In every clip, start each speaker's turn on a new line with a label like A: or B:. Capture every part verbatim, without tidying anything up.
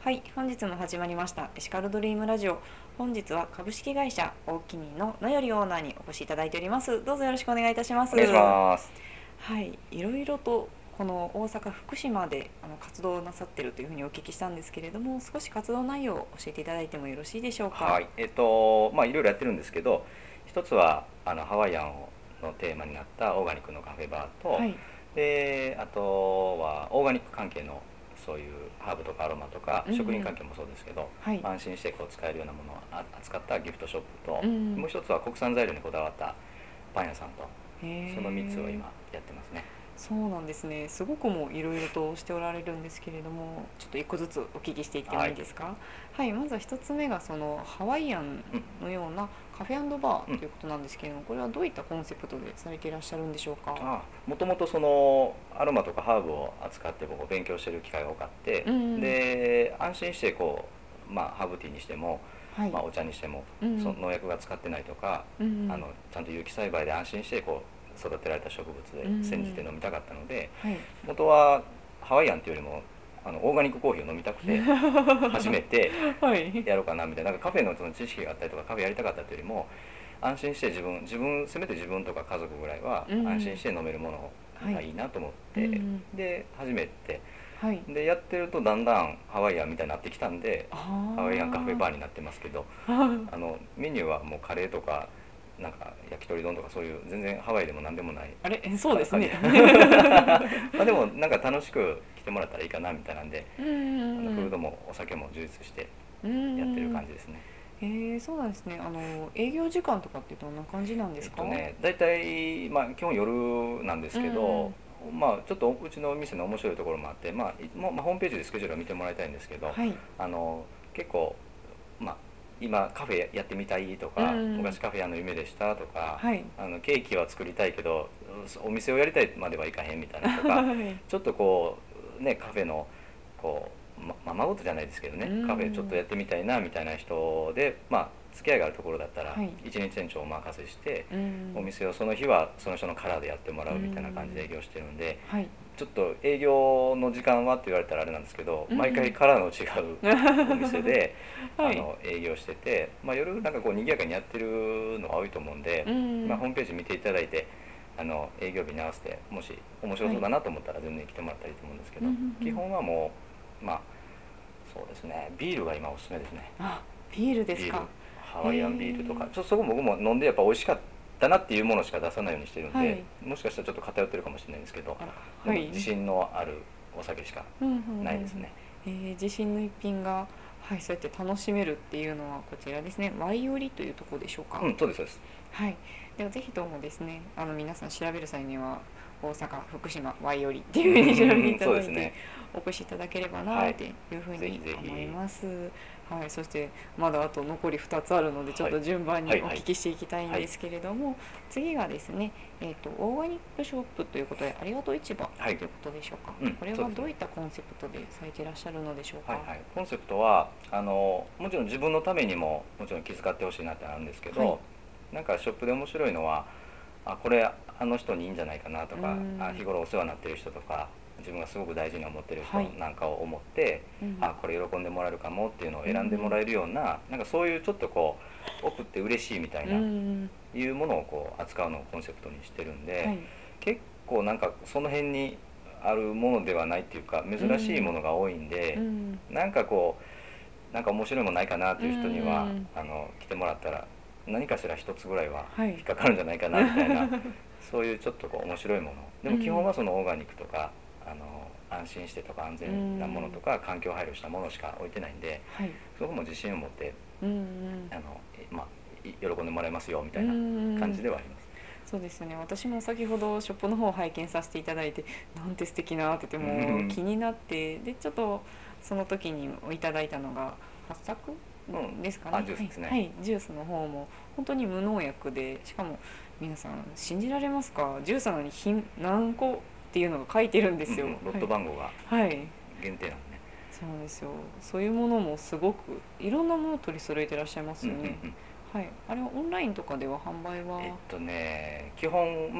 A: はい、本日も始まりましたエシカルドリームラジオ。本日は株式会社大きにののよりオーナーにお越しいただいております。どうぞよろしくお願いいたします。
B: お願いします。
A: はい、いろいろとこの大阪福島であの活動をなさっているというふうにお聞きしたんですけれども、少し活動内容を教えていただいてもよろしいでしょうか。
B: はい、えっとまあいろいろやってるんですけど、一つはあのハワイアンのテーマになったオーガニックのカフェバーと、
A: はい、
B: であとはオーガニック関係のそういうハーブとかアロマとか、
A: うんうん、
B: 食品関係もそうですけど、
A: はい、
B: 安心してこう使えるようなものを扱ったギフトショップと、
A: うん、
B: もう一つは国産材料にこだわったパン屋さんと、
A: へ
B: そのみっつを
A: ー、
B: 今やってますね。
A: そうなんですね。すごくもいろいろとしておられるんですけれども、ちょっと一個ずつお聞きしていっても
B: はい、
A: いいですか。はい、まずは一つ目がそのハワイアン
B: うん
A: のようなカフェ&バ
B: うん、
A: ーということなんですけれども、これはどういったコンセプトでされていらっしゃるんでしょうか。
B: あもともとそのアロマとかハーブを扱ってこう勉強してる機会が多かって、
A: うん、
B: で安心してこう、まあ、ハーブティーにしても、
A: はい、
B: まあ、お茶にしても、
A: うん、
B: その農薬が使ってないとか、
A: うん、
B: あのちゃんと有機栽培で安心してこう育てられた植物で煎じて飲みたかったので、
A: はい、
B: 元はハワイアンというよりもあのオーガニックコーヒーを飲みたくて初めて
A: はい、
B: やろうかなみたいな、なんかカフェのその知識があったりとかカフェやりたかったというよりも、安心して自分自分せめて自分とか家族ぐらいは
A: うん、
B: 安心して飲めるものがいいなと思って、
A: はい、うん、
B: で始めて、
A: はい、
B: でやってるとだんだんハワイアンみたいになってきたんで、ハワイアンカフェバーになってますけど、
A: ー
B: あのメニューはもうカレーとかなんか焼き鳥丼とかそういう全然ハワイでも何でもない
A: あれ、そうですね。
B: まあでもなんか楽しく来てもらったらいいかなみたいなんで、
A: う
B: あ
A: ん、
B: のフードもお酒も充実して
A: う
B: やってる
A: ん、
B: 感じですね。
A: えー、そうなんですね。あの営業時間とかってどんな感じなんですか。
B: えっとね、大体、まあ、基本夜なんですけど、まあ、ちょっとうちの店の面白いところもあって、まあいもまあ、ホームページでスケジュールを見てもらいたいんですけど、
A: はい、
B: あの結構、まあ、今カフェやってみたいとか、
A: うん
B: 昔カフェやるの夢でしたとか、
A: はい、
B: あのケーキは作りたいけどお店をやりたいまではいかへんみたいなとかちょっとこうねカフェのこうまままごとじゃないですけどね、
A: うん
B: カフェちょっとやってみたいなみたいな人で、まあ付き合いがあるところだったら
A: はい、
B: 一日店長をお任せして、
A: うん
B: お店をその日はその人のカラーでやってもらうみたいな感じで営業してるんで、
A: はい、
B: ちょっと営業の時間はって言われたらあれなんですけど、
A: うん
B: 毎回カラーの違うお店で
A: はい、
B: あの営業してて、まあ、夜なんかこう賑やかにやってるのが多いと思うんで、
A: うん
B: まあ、ホームページ見ていただいて、あの営業日に合わせてもし面白そうだなと思ったら全然来てもらったらいいと思うんですけど、
A: うんうんうん
B: 基本はもうまあそうですね、ビールが今おすすめですね。
A: あ、ビールです
B: ビール、
A: か。
B: ハワイアンビールとか、
A: へー
B: ちょっとそこ僕も飲んでやっぱ美味しかったなっていうものしか出さないようにしてるんで、
A: はい、
B: もしかしたらちょっと偏ってるかもしれないんですけど、
A: あら、
B: でも
A: はい、
B: 自信のあるお酒しか
A: うんうんうんうん
B: ないですね。
A: えー自信の一品が、はい、そうやって楽しめるっていうのはこちらですね。ワイオリというところでしょうか。
B: うん、そうですそうです。
A: はい、ではぜひともですね、あの皆さん調べる際には大阪、福島、ワイオリっていうふうに調べていただいて、
B: そうですね。
A: お越しいただければな
B: はい
A: っていうふうに
B: ぜひぜひ
A: 思います。はい、そしてまだあと残りふたつあるのでちょっと順番にお聞きしていきたいんですけれども、次がですね、えーと、オーガニックショップということでありがとう市場
B: はい
A: ということでしょうか。
B: うん
A: これ
B: そうですね
A: はどういったコンセプトでされていらっしゃるのでしょうか。
B: はいはい、コンセプトはあのもちろん自分のためにももちろん気遣ってほしいなってあるんですけど、
A: はい、
B: なんかショップで面白いのは、あこれあの人にいいんじゃないかなとか、
A: うん
B: あ日頃お世話になってる人とか自分がすごく大事に思ってる
A: はい
B: 人なんかを思って、
A: うん
B: あこれ喜んでもらえるかもっていうのを選んでもらえるような、なんかそういうちょっとこう送って嬉しいみたいな、
A: うん
B: いうものをこう扱うのをコンセプトにしてるんで、
A: はい、
B: 結構なんかその辺にあるものではないっていうか珍しいものが多いんで、
A: うん
B: なんかこうなんか面白いものないかなっていう人には、
A: うん
B: あの来てもらったら何かしら一つぐらいは
A: はい
B: 引っかかるんじゃないかなみたいなそういうちょっとこう面白いものでも基本はそのオーガニックとか、あの安心してとか安全なものとか、環境配慮したものしか置いてないんで、
A: はい、
B: そこも自信を持って
A: うんうん
B: あの、えまあ、い喜んでもらえますよみたいな感じではあります。
A: そうですね。私も先ほどショップの方を拝見させていただいて、なんて素敵なって言って
B: う
A: も
B: ん
A: 気になって、でちょっとその時にいただいたのが発作
B: うん
A: ですかね。
B: あジュースですね
A: はい、はい、ジュースの方も本当に無農薬で、しかも皆さん信じられますか？ジュースなのに品何個っていうのが書いてるんですよ。
B: うんうんロット番号が
A: はい、はい、
B: 限定なんでね。
A: そうなんですよ。そういうものもすごくいろんなものを取り揃えてらっしゃいますよね。
B: うんうんうん
A: はい、あれはオンラインとかでは販売は、
B: えっとね基本まあ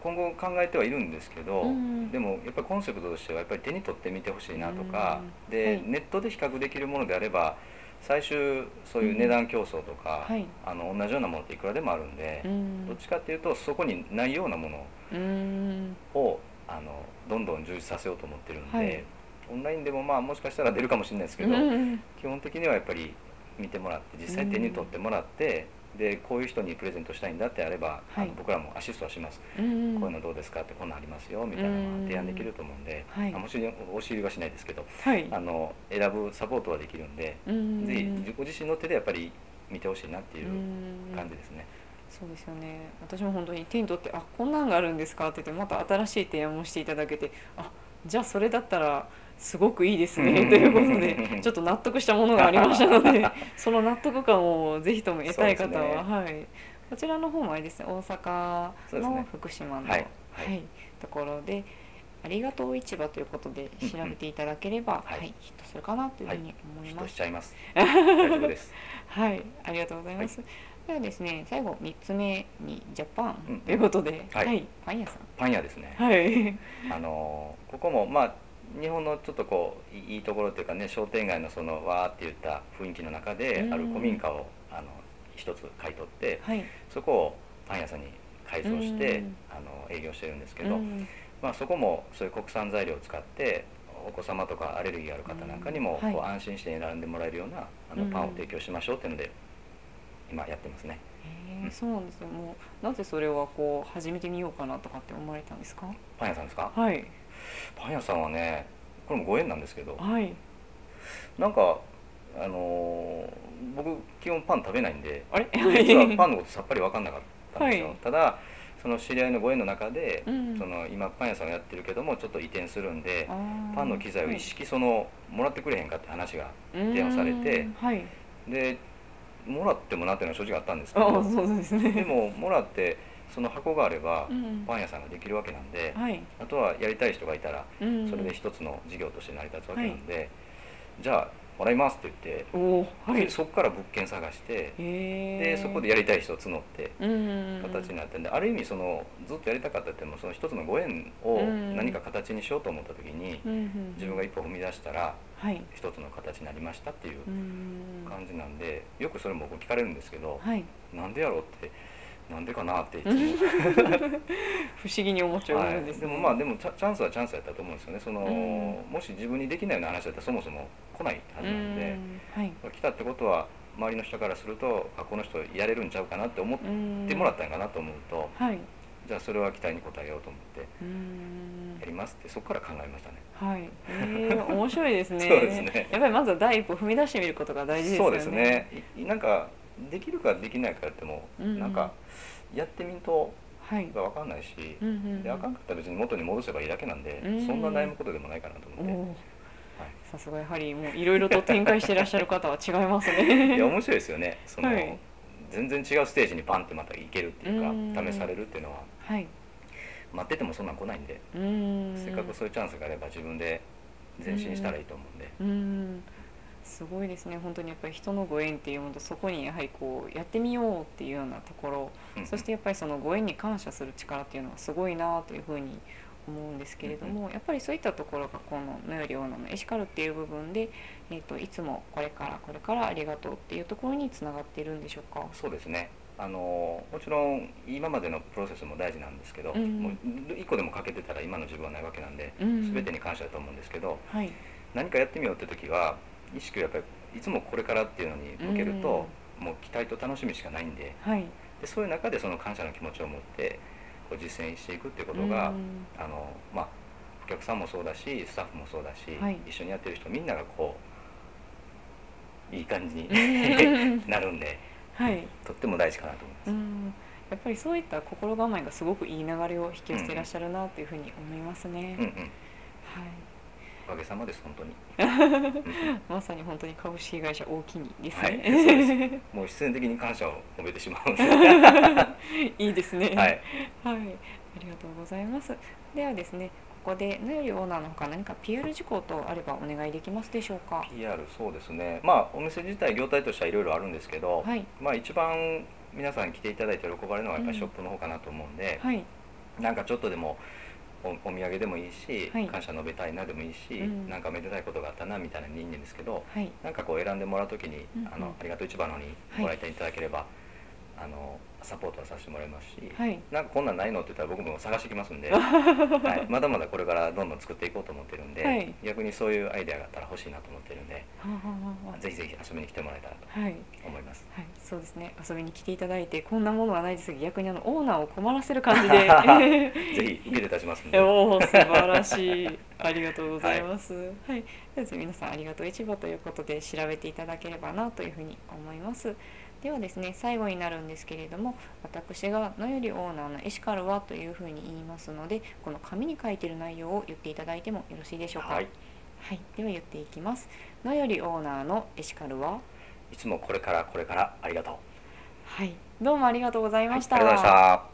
B: 今後考えてはいるんですけど、
A: うん、
B: でもやっぱりコンセプトとしてはやっぱり手に取ってみてほしいなとか、
A: うん、
B: で、
A: はい、
B: ネットで比較できるものであれば最終そういう値段競争とか、
A: はい、
B: あの同じようなものっていくらでもあるんで、
A: うん、
B: どっちかっていうとそこにないようなもの
A: うん、
B: をあのどんどん充実させようと思ってるんで、
A: はい、
B: オンラインでもまあもしかしたら出るかもしれないですけど、
A: うん、
B: 基本的にはやっぱり見てもらって実際手に取ってもらって、でこういう人にプレゼントしたいんだってあれば、
A: はい、
B: あの僕らもアシストはします、
A: うん、
B: こういうのどうですかって、こんなんありますよみたいなのが提案できると思うんで、
A: はい、
B: あもちろんお知りはしないですけど、
A: はい、
B: あの選ぶサポートはできるんで、
A: うん、
B: ぜひご自身の手でやっぱり見てほしいなっていう感じですね。
A: そうですよね。私も本当に手に取ってあこんなんがあるんですかって言ってまた新しい提案もしていただけて、あじゃあそれだったらすごくいいですねということでちょっと納得したものがありましたのでその納得感をぜひとも得たい方は、ね、はい、こちらの方もあれですね、大阪の福島の、ね、はいはい、ところでありがとう市場ということで調べていただければ、うんうん、はい、はい、ヒットするかなというふうに思います。
B: はい、ヒットしちゃいます大丈夫です
A: はい、ありがとうございます。はい、ではですね、最後みっつめにジャパン、
B: うん、
A: ということで、
B: はい
A: はい、パン屋さん。
B: パン屋ですね。
A: はい。
B: あのここもまあ日本のちょっとこういいところというかね、商店街のそのわーっていった雰囲気の中である古民家をあの一つ買い取って、はい、そこをパン屋さんに改造してあの営業してるんですけど、まあそこもそういう国産材料を使ってお子様とかアレルギーがある方なんかにもこう安心して選んでもらえるようなあのパンを提供しましょうっていうので今やってますね。
A: へえ、そうなんですよ。もうなぜそれはこう始めてみようかなとかって思われたんですか？
B: パン屋さんですか？
A: はい。
B: パン屋さんはね、これもご縁なんですけど、
A: はい、
B: なんかあのー、僕基本パン食べないんで、
A: あれ
B: 実はパンのことさっぱり分かんなかったんですよ。
A: はい、
B: ただその知り合いのご縁の中で、
A: うん、
B: その今パン屋さんをやってるけどもちょっと移転するんでパンの機材を一式その、はい、もらってくれへんかって話が電話されて、はい、でもらってもなっていうのは正直あったんですけど、
A: そうですね、
B: でももらってその箱があればパン屋さんができるわけなんで、うん、あとはやりたい人がいたらそれで一つの事業として成り立つわけなんで、はい、じゃあもらいますって言って、はい、そこから物件探してでそこでやりたい人を募って形になってんで、ある意味そのずっとやりたかったっていうのもその一つのご縁を何か形にしようと思った時に自分が一歩踏み出したら一つの形になりましたっていう感じなんで、よくそれも聞かれるんですけど、はい、なんでやろうってなんでかなっていつも
A: 不思議に思っちゃうんです、
B: ね、はい、でもまあでもチャンスはチャンスやったと思うんですよね。その、うん、もし自分にできないような話だったらそもそも来ないはずなんで、はい、来たってことは周りの人からするとあこの人やれるんちゃうかなって思ってもらったんかなと思うと、はい、じゃあそれは期待に応えようと思ってやりますってそこから考えましたね。
A: はい、えー、面白いですね。
B: そうですね。
A: やっぱりまずは第一歩踏み出してみることが大事ですよね。
B: そうですね。なんかできるかできないかっても、うん、なんかやってみると分かんないし、はい、であかんかったら別に元に戻せばいいだけなんで、うん、そんな悩むことでもないかなと思って、はい、
A: さすがやはりもういろいろと展開していらっしゃる方は違いますね。
B: いや面白いですよね。その、はい、全然違うステージにパンってまたいけるっていうか、うん、試されるっていうのは、はい、待っててもそんなん来ないんで、うん、せっかくそういうチャンスがあれば自分で前進したらいいと思うんで。
A: うんうんすごいですね。本当にやっぱり人のご縁っていうものとそこにやはりこうやってみようっていうようなところ、うんうん、そしてやっぱりそのご縁に感謝する力っていうのはすごいなというふうに思うんですけれども、うんうん、やっぱりそういったところがこの野よりオーナーのエシカルっていう部分で、えーと、いつもこれからこれからありがとうっていうところにつながっているんでしょうか。
B: そうですね。あのもちろん今までのプロセスも大事なんですけど、うん、もういっこでも欠けてたら今の自分はないわけなんで、うん、全てに感謝だと思うんですけど、はい、何かやってみようって時は意識をやっぱりいつもこれからっていうのに向けると、うん、もう期待と楽しみしかないんで、はい、でそういう中でその感謝の気持ちを持ってこう実践していくっていうことが、うん、あのまあ、お客さんもそうだしスタッフもそうだし、はい、一緒にやってる人みんながこういい感じになるんで、はい、とっても大事かなと思います。うん、
A: やっぱりそういった心構えがすごくいい流れを引き寄せていらっしゃるなというふうに思いますね。うんうん、はい、
B: おかげさまです本当に
A: まさに本当に株式会社大きにですね、
B: はい、そうですもう必然的に感謝を述べてしまうんです
A: いいですね、はい、はい、ありがとうございます。ではですね、ここで野よりオーナーのほか何か ピーアール 事項とあればお願いできますでしょうか。
B: ピーアール そうですね、まあお店自体業態としてはいろいろあるんですけど、はい、まあ一番皆さん来ていただいて喜ばれるのはやっぱりショップの方かなと思うんで、うん、はい、 なんかちょっとでもお, お土産でもいいし、
A: はい、
B: 感謝述べたいなでもいいし、うん、なんかめでたいことがあったなみたいなのでいいんですけど、
A: はい、
B: なんかこう選んでもらうときに、うんうん、あのありがとう市場のにご来店いただければ、はい、あのサポートはさせてもらいますし、はい、なんかこんなんないのって言ったら僕も探してきますんで、はい、まだまだこれからどんどん作っていこうと思ってるんで、はい、逆にそういうアイデアがあったら欲しいなと思ってるんで、ぜひぜひ遊びに来てもらえたらと思います、
A: はいはい、そうですね、遊びに来ていただいてこんなものはないですが逆にあのオーナーを困らせる感じで
B: ぜひ受けて立ちますんで
A: おー素晴らしいありがとうございます、はいはい、では皆さんありがとう市場ということで調べていただければなというふうに思います。ではですね、最後になるんですけれども、私がのよりオーナーのエシカルはというふうに言いますので、この紙に書いている内容を言っていただいてもよろしいでしょうか。はい、はい、では言っていきます。のよりオーナーのエシカルはい
B: つもこれからこれからありがとう。
A: はい、どうもありがとうございました。
B: はい、ありがとうございました。